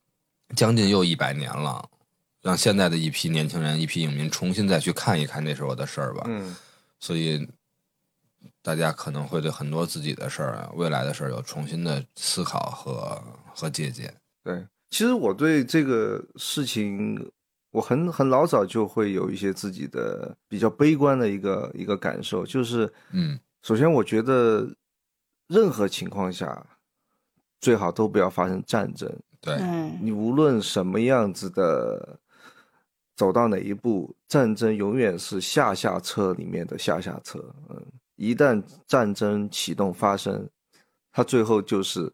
将近又100年了，让现在的一批年轻人、一批影迷重新再去看一看那时候的事儿吧。所以大家可能会对很多自己的事儿、未来的事儿有重新的思考和借鉴。 对，其实我对这个事情，我很老早就会有一些自己的比较悲观的一个感受，就是首先我觉得任何情况下最好都不要发生战争。 对， 你无论什么样子的走到哪一步，战争永远是下策里面的下策。一旦战争启动发生，它最后就是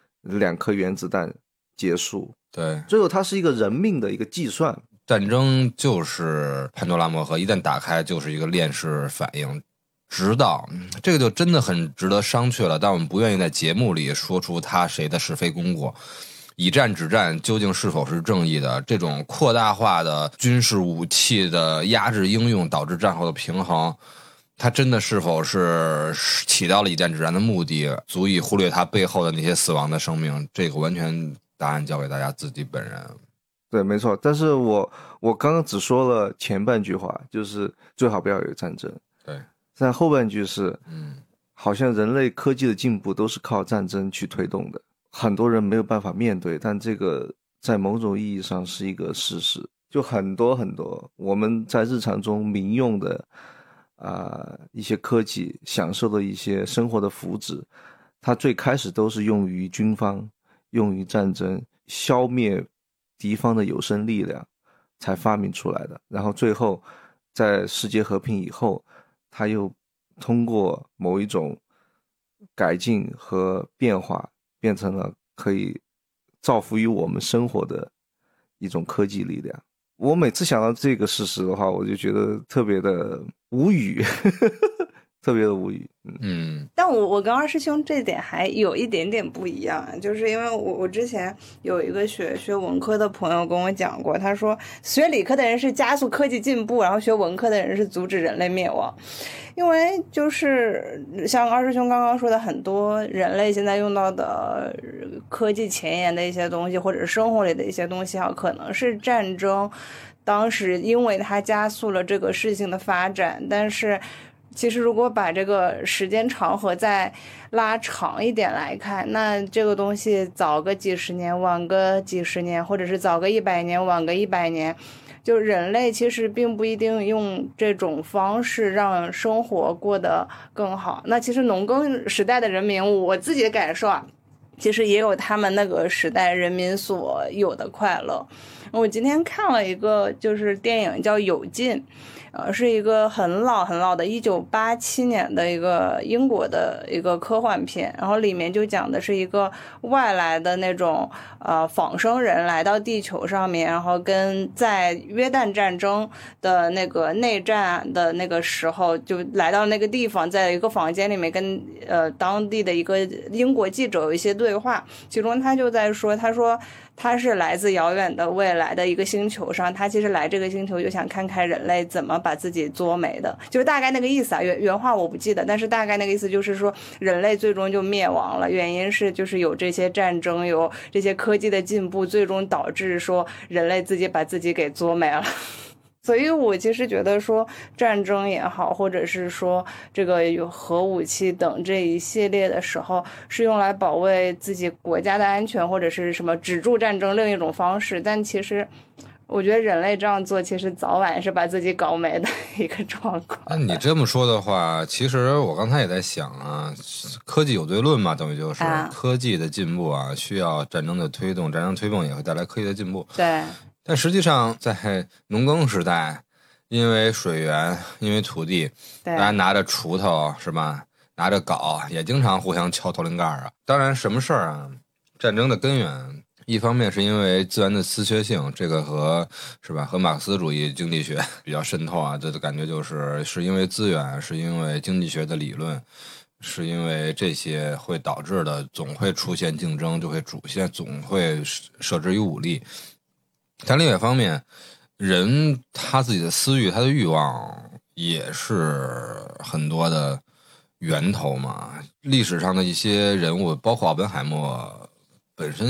2颗原子弹结束。 对， 最后它是一个人命的一个计算。 战争就是潘多拉魔盒，一旦打开就是一个链式反应。直到这个就真的很值得商榷了，但我们不愿意在节目里说出他谁的是非功过。以战止战究竟是否是正义的？这种扩大化的军事武器的压制应用导致战后的平衡，它真的是否是起到了以战止战的目的，足以忽略它背后的那些死亡的生命？这个完全答案交给大家自己本人。 对，没错。但是我刚刚只说了前半句话，就是最好不要有战争。 对， 但后半句是，好像人类科技的进步都是靠战争去推动的。很多人没有办法面对，但这个在某种意义上是一个事实。就很多我们在日常中民用的一些科技享受的一些生活的福祉，它最开始都是用于军方，用于战争，消灭敌方的有生力量才发明出来的。然后最后在世界和平以后，它又通过某一种改进和变化，变成了可以造福于我们生活的一种科技力量。我每次想到这个事实的话，我就觉得特别的无语特别的无语。 但我跟二师兄这点还有一点点不一样，就是因为我之前有一个学文科的朋友跟我讲过，他说学理科的人是加速科技进步，然后学文科的人是阻止人类灭亡。因为就是像二师兄刚刚说的，很多人类现在用到的科技前沿的一些东西，或者是生活里的一些东西可能是战争当时因为它加速了这个事情的发展。但是其实如果把这个时间长河再拉长一点来看，那这个东西早个几十年，晚个几十年，或者是早个100年，晚个100年，就人类其实并不一定用这种方式让生活过得更好。那其实农耕时代的人民，我自己的感受其实也有他们那个时代人民所有的快乐。我今天看了一个就是电影叫《有尽》，是一个很老的1987年的一个英国的一个科幻片，然后里面就讲的是一个外来的那种仿生人来到地球上面，然后跟在约旦战争的那个内战的那个时候就来到那个地方，在一个房间里面跟当地的一个英国记者有一些对话，其中他就在说，他说他是来自遥远的未来的一个星球上，他其实来这个星球就想看看人类怎么把自己作没的，就是大概那个意思原话我不记得，但是大概那个意思就是说人类最终就灭亡了，原因是就是有这些战争，有这些科技的进步，最终导致说人类自己把自己给作没了。所以我其实觉得说战争也好，或者是说这个有核武器等这一系列的时候，是用来保卫自己国家的安全，或者是什么止住战争另一种方式。但其实我觉得人类这样做其实早晚是把自己搞没的一个状况。 那你这么说的话，其实我刚才也在想科技有对论嘛，等于就是科技的进步需要战争的推动，战争推动也会带来科技的进步。 对。 但实际上在农耕时代，因为水源，因为土地，大家拿着锄头是吧，拿着镐，也经常互相敲头领盖当然什么事儿战争的根源一方面是因为资源的稀缺性，这个是吧和马克思主义经济学比较渗透这感觉是因为资源，是因为经济学的理论，是因为这些会导致的总会出现竞争，就会总会设置于武力。但另外一方面，人他自己的私欲，他的欲望也是很多的源头嘛。历史上的一些人物，包括奥本海默本身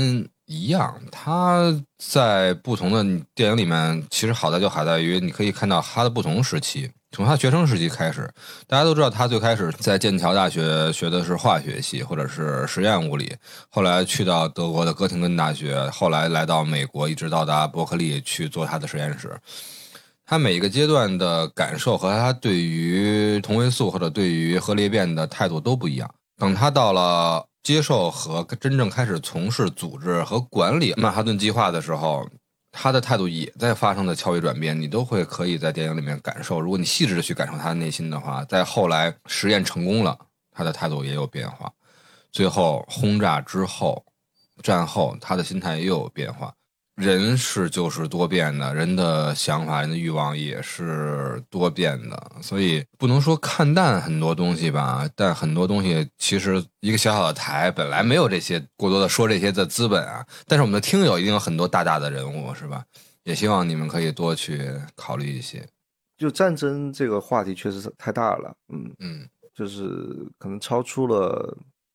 一样，他在不同的电影里面，其实好在就好在于你可以看到他的不同时期。从他学生时期开始，大家都知道他最开始在剑桥大学学的是化学系或者是实验物理，后来去到德国的哥廷根大学，后来来到美国，一直到达伯克利去做他的实验室。他每一个阶段的感受和他对于同位素或者对于核裂变的态度都不一样。等他到了接受和真正开始从事组织和管理曼哈顿计划的时候，他的态度也在发生的悄微转变，你都会可以在电影里面感受。如果你细致的去感受他的内心的话，在后来实验成功了，他的态度也有变化。最后轰炸之后，战后他的心态也有变化。人就是多变的，人的想法、人的欲望也是多变的，所以不能说看淡很多东西吧，但很多东西其实一个小小的台本来没有这些过多的说这些的资本啊，但是我们的听友一定有很多大大的人物，是吧？也希望你们可以多去考虑一些。 就战争这个话题确实太大了，就是可能超出了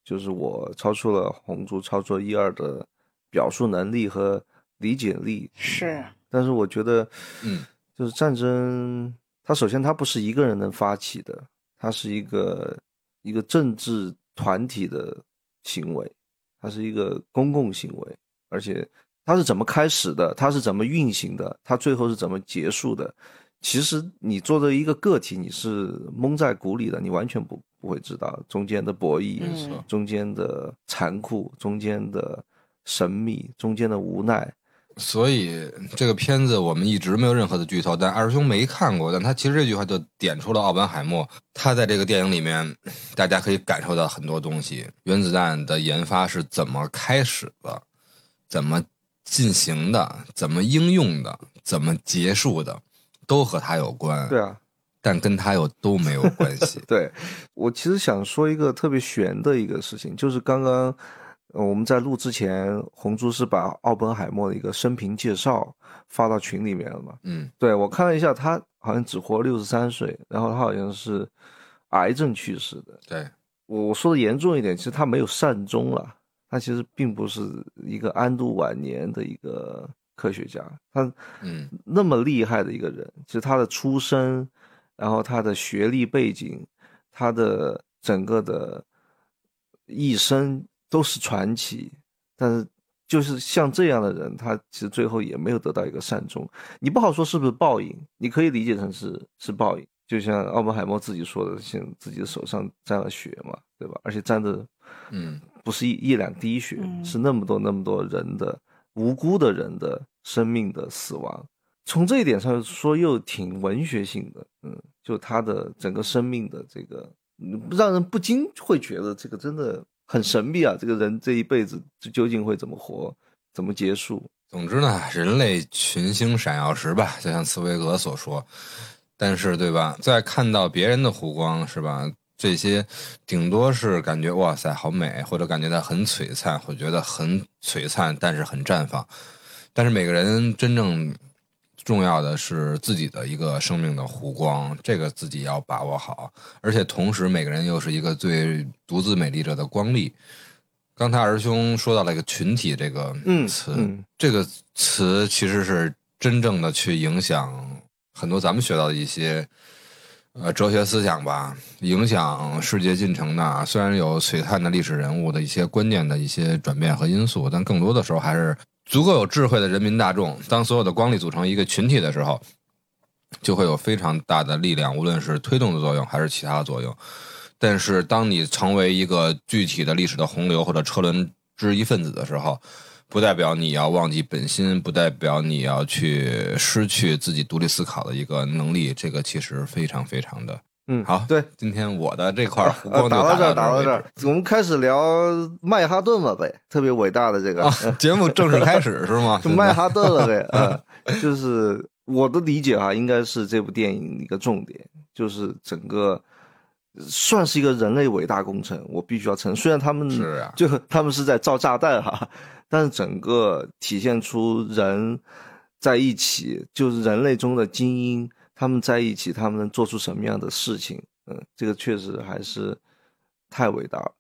红猪，超出了一二的表述能力和理解力。 是， 但是我觉得就是战争它首先它不是一个人能发起的，它是一个政治团体的行为，它是一个公共行为，而且它是怎么开始的，它是怎么运行的，它最后是怎么结束的，其实你做的一个个体你是蒙在鼓里的，你完全不会知道中间的博弈，中间的残酷，中间的神秘，中间的无奈。 所以这个片子我们一直没有任何的剧透，但二师兄没看过，但他其实这句话就点出了奥本海默，他在这个电影里面大家可以感受到很多东西。原子弹的研发是怎么开始的，怎么进行的，怎么应用的，怎么结束的，都和他有关。 对啊， 但跟他都没有关系。 对，我其实想说一个特别悬的一个事情，就是刚刚我们在录之前，红猪是把奥本海默的一个生平介绍发到群里面了嘛？对，我看了一下，他好像只活63岁，然后他好像是癌症去世的。 对， 我说的严重一点，其实他没有善终了，他其实并不是一个安度晚年的一个科学家，他那么厉害的一个人，其实他的出身，然后他的学历背景，他的整个的一生都是传奇，但是就是像这样的人，他其实最后也没有得到一个善终。你不好说是不是报应，你可以理解成是报应，就像奥本海默自己说的，像自己的手上沾了血嘛，对吧？而且沾的不是一两滴血，是那么多人的无辜的人的生命的死亡。从这一点上说又挺文学性的，就他的整个生命的这个让人不禁会觉得这个真的很神秘啊，这个人这一辈子究竟会怎么活，怎么结束。 总之呢，人类群星闪耀时吧，就像茨威格所说。但是对吧，在看到别人的湖光是吧，这些顶多是感觉哇塞好美，或者感觉到很璀璨，会觉得很璀璨但是很绽放。但是每个人真正重要的是自己的一个生命的湖光，这个自己要把握好。而且同时每个人又是一个最独自美丽者的光粒。刚才二师兄说到了一个群体这个词，这个词其实是真正的去影响很多咱们学到的一些哲学思想吧，影响世界进程的。虽然有璀璨的历史人物的一些关键的一些转变和因素，但更多的时候还是足够有智慧的人民大众。当所有的光粒组成一个群体的时候，就会有非常大的力量，无论是推动的作用还是其他的作用。但是当你成为一个具体的历史的洪流或者车轮之一份子的时候，不代表你要忘记本心，不代表你要去失去自己独立思考的一个能力，这个其实非常非常的好。 对， 今天我的这块湖光就打到这儿，我们开始聊曼哈顿了呗，特别伟大的这个、 节目正式开始是吗？ 就曼哈顿了呗，就是我的理解应该是这部电影一个重点，就是整个算是一个人类伟大工程，我必须要承认。虽然他们他们是在造炸弹但是整个体现出人在一起，就是人类中的精英，他们在一起，他们能做出什么样的事情？这个确实还是太伟大了。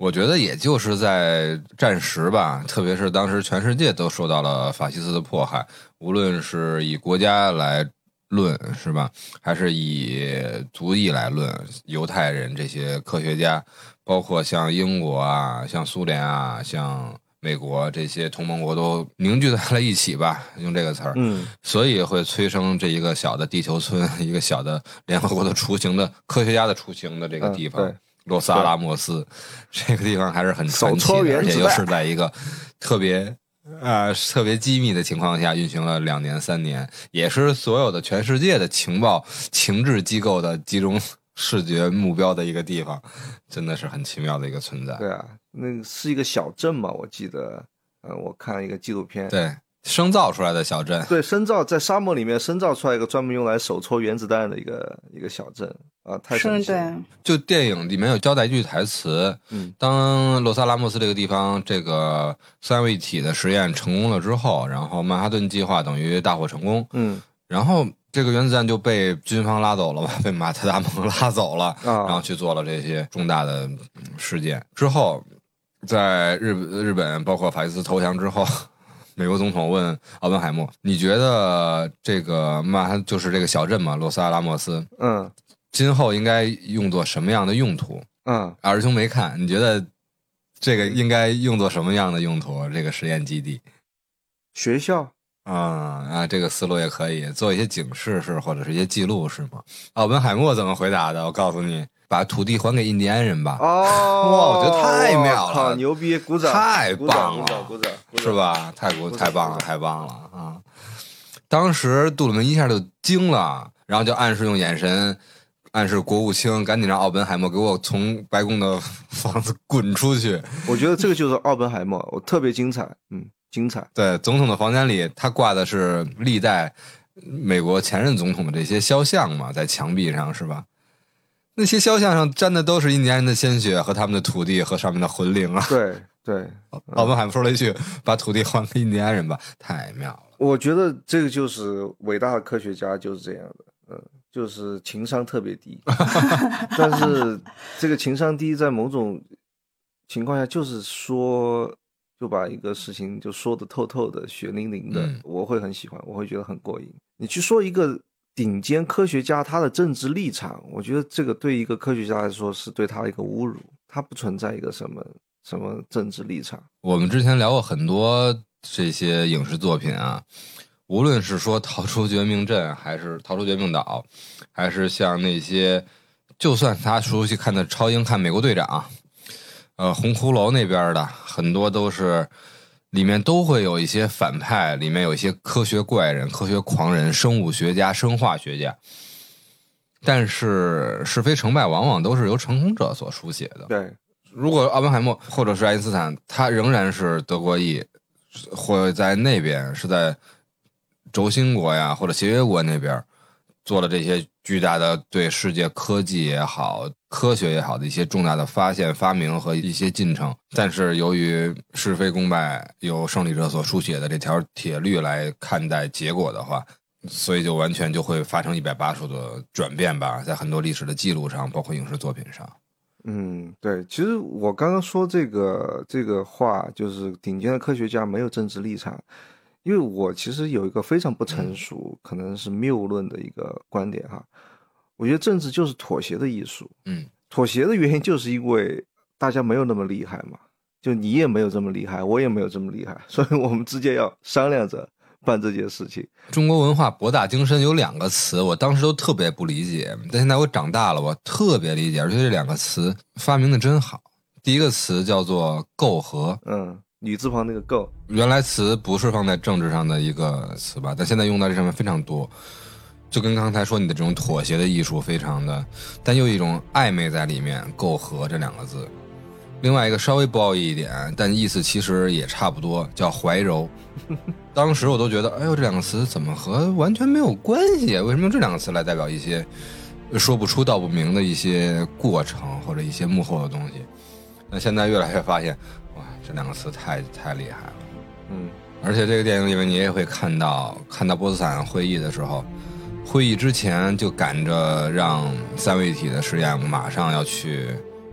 我觉得也就是在战时吧，特别是当时全世界都受到了法西斯的迫害，无论是以国家来论是吧，还是以族裔来论，犹太人这些科学家，包括像英国啊、像苏联啊、像美国这些同盟国都凝聚在了一起吧，用这个词儿，所以会催生这一个小的地球村，一个小的联合国的雏形的科学家的雏形的这个地方。洛斯阿拉莫斯这个地方还是很传奇的，而且又是在一个特别机密的情况下运行了2年3年，也是所有的全世界的情报情治机构的集中视觉目标的一个地方，真的是很奇妙的一个存在。 对啊，那个是一个小镇嘛，我记得我看一个纪录片， 对，生造出来的小镇， 对，在沙漠里面生造出来一个专门用来手搓原子弹的一个小镇啊，太神奇了。 就电影里面有交代一句台词，当洛萨拉莫斯这个地方这个三位一体的实验成功了之后，然后曼哈顿计划等于大获成功，然后这个原子弹就被军方拉走了吧，被马特达蒙拉走了，然后去做了这些重大的事件之后，在日本包括法西斯投降之后。美国总统问奥本海默：“你觉得这个就是这个小镇嘛，洛斯阿拉莫斯，今后应该用作什么样的用途？”二师兄没看，你觉得这个应该用作什么样的用途？这个实验基地， 学校这个思路也可以做一些警示是，或者是一些记录是吗？奥本海默怎么回答的？我告诉你。把土地还给印第安人吧！哇，我觉得太妙了， 牛逼，鼓掌， 太棒了， 鼓掌， 是吧？太棒了，太棒了啊！当时杜鲁门一下就惊了，然后就暗示用眼神暗示国务卿赶紧让奥本海默给我从白宫的房子滚出去。 我觉得这个就是奥本海默，我特别精彩，精彩。 对，总统的房间里，他挂的是历代美国前任总统的这些肖像嘛，在墙壁上是吧？那些肖像上沾的都是印第安人的鲜血和他们的土地和上面的魂灵啊！ 对， 奥本海默说了一句：“把土地还给印第安人吧。”太妙了！ 我觉得这个就是伟大的科学家就是这样的，就是情商特别低，但是这个情商低在某种情况下就是说，就把一个事情就说得透透的、血淋淋的，我会很喜欢，我会觉得很过瘾。你去说一个顶尖科学家他的政治立场，我觉得这个对一个科学家来说是对他的一个侮辱，他不存在一个什么政治立场。 我们之前聊过很多这些影视作品啊，无论是说逃出绝命镇还是逃出绝命岛，还是像那些就算他熟悉看的超英看美国队长，红骷髅那边的很多都是里面都会有一些反派，里面有一些科学怪人、科学狂人、生物学家、生化学家，但是是非成败往往都是由成功者所书写的。 对， 如果奥本海默或者是爱因斯坦，他仍然是德国裔，或在那边是在轴心国呀或者协约国那边做了这些巨大的对世界科技也好、科学也好的一些重大的发现、发明和一些进程，但是由于是非功败由胜利者所书写的这条铁律来看待结果的话，所以就完全就会发生180度的转变吧，在很多历史的记录上，包括影视作品上。 对，其实我刚刚说这个话，就是顶尖的科学家没有政治立场，因为我其实有一个非常不成熟，可能是谬论的一个观点哈。我觉得政治就是妥协的艺术。妥协的原因就是因为大家没有那么厉害嘛，就你也没有这么厉害，我也没有这么厉害，所以我们之间要商量着办这件事情。 中国文化博大精深有2个词，我当时都特别不理解，但现在我长大了，我特别理解，而且这2个词发明的真好。第一个词叫做媾和， 女字旁那个媾， 原来词不是放在政治上的一个词吧，但现在用到这上面非常多。就跟刚才说你的这种妥协的艺术非常的，但又有一种暧昧在里面，媾和这2个字。另外一个稍微不奥义一点，但意思其实也差不多，叫怀柔。当时我都觉得，哎呦，这2个词怎么和完全没有关系？为什么用这2个词来代表一些说不出道不明的一些过程或者一些幕后的东西？那现在越来越发现，哇，这2个词太厉害了。而且这个电影里面你也会看到波茨坦会议的时候，会议之前就赶着让三位一体的实验马上要去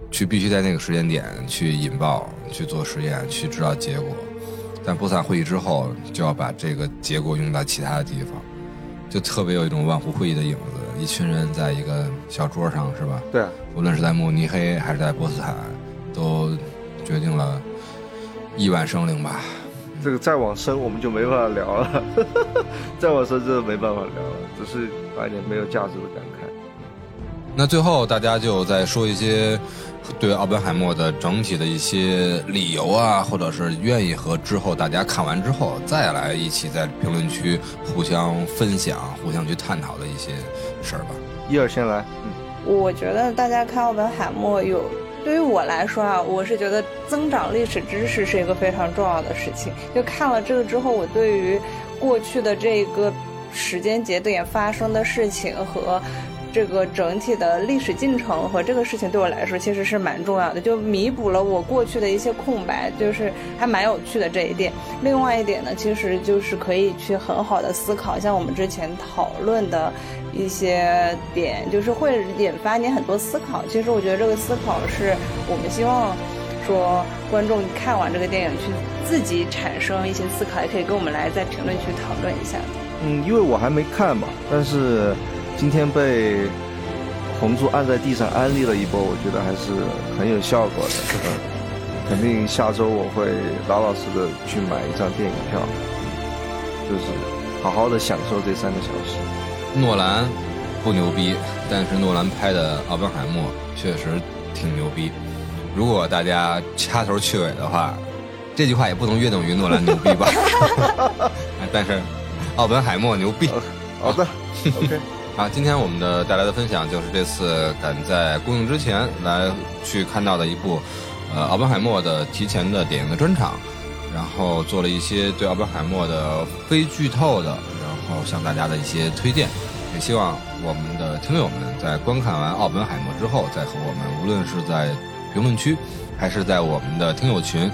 必须在那个时间点去引爆，去做实验，去知道结果。但波茨坦会议之后，就要把这个结果用到其他的地方，就特别有一种万湖会议的影子。一群人在一个小桌上，是吧？ 对啊， 无论是在慕尼黑还是在波茨坦，都决定了亿万生灵吧。 这个再往深我们就没办法聊了，再往深真的没办法聊了，只是把一点没有价值的感慨。 那最后大家就再说一些对奥本海默的整体的一些理由啊，或者是愿意和之后大家看完之后再来一起在评论区互相分享、互相去探讨的一些事儿吧。 一尔先来。 我觉得大家看奥本海默对于我来说啊，我是觉得增长历史知识是一个非常重要的事情。就看了这个之后，我对于过去的这个时间节点发生的事情和这个整体的历史进程和这个事情对我来说其实是蛮重要的，就弥补了我过去的一些空白，就是还蛮有趣的这一点。另外一点呢，其实就是可以去很好的思考，像我们之前讨论的一些点，就是会引发你很多思考。其实我觉得这个思考是我们希望说观众看完这个电影去自己产生一些思考，也可以跟我们来在评论区讨论一下。 因为我还没看嘛，但是今天被红猪按在地上安利了一波，我觉得还是很有效果的。肯定下周我会老老实实的去买一张电影票，就是好好的享受这3个小时。 诺兰不牛逼，但是诺兰拍的奥本海默确实挺牛逼。如果大家掐头去尾的话，这句话也不能约等于诺兰牛逼吧？但是奥本海默牛逼。 好的，OK。 好，今天我们带来的分享就是这次赶在公映之前来去看到的一部奥本海默的提前的电影的专场，然后做了一些对奥本海默的非剧透的，然后向大家的一些推荐。也希望我们的听友们在观看完奥本海默之后，再和我们无论是在评论区还是在我们的听友群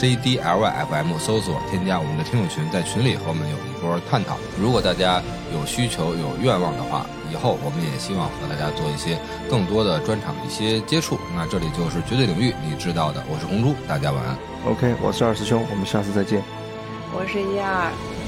JDLYFM 搜索添加我们的听友群，在群里和我们有一波探讨。如果大家有需求有愿望的话，以后我们也希望和大家做一些更多的专场的一些接触。那这里就是绝对领域，你知道的，我是红猪，大家晚安。 OK， 我是二师兄，我们下次再见。 我是12。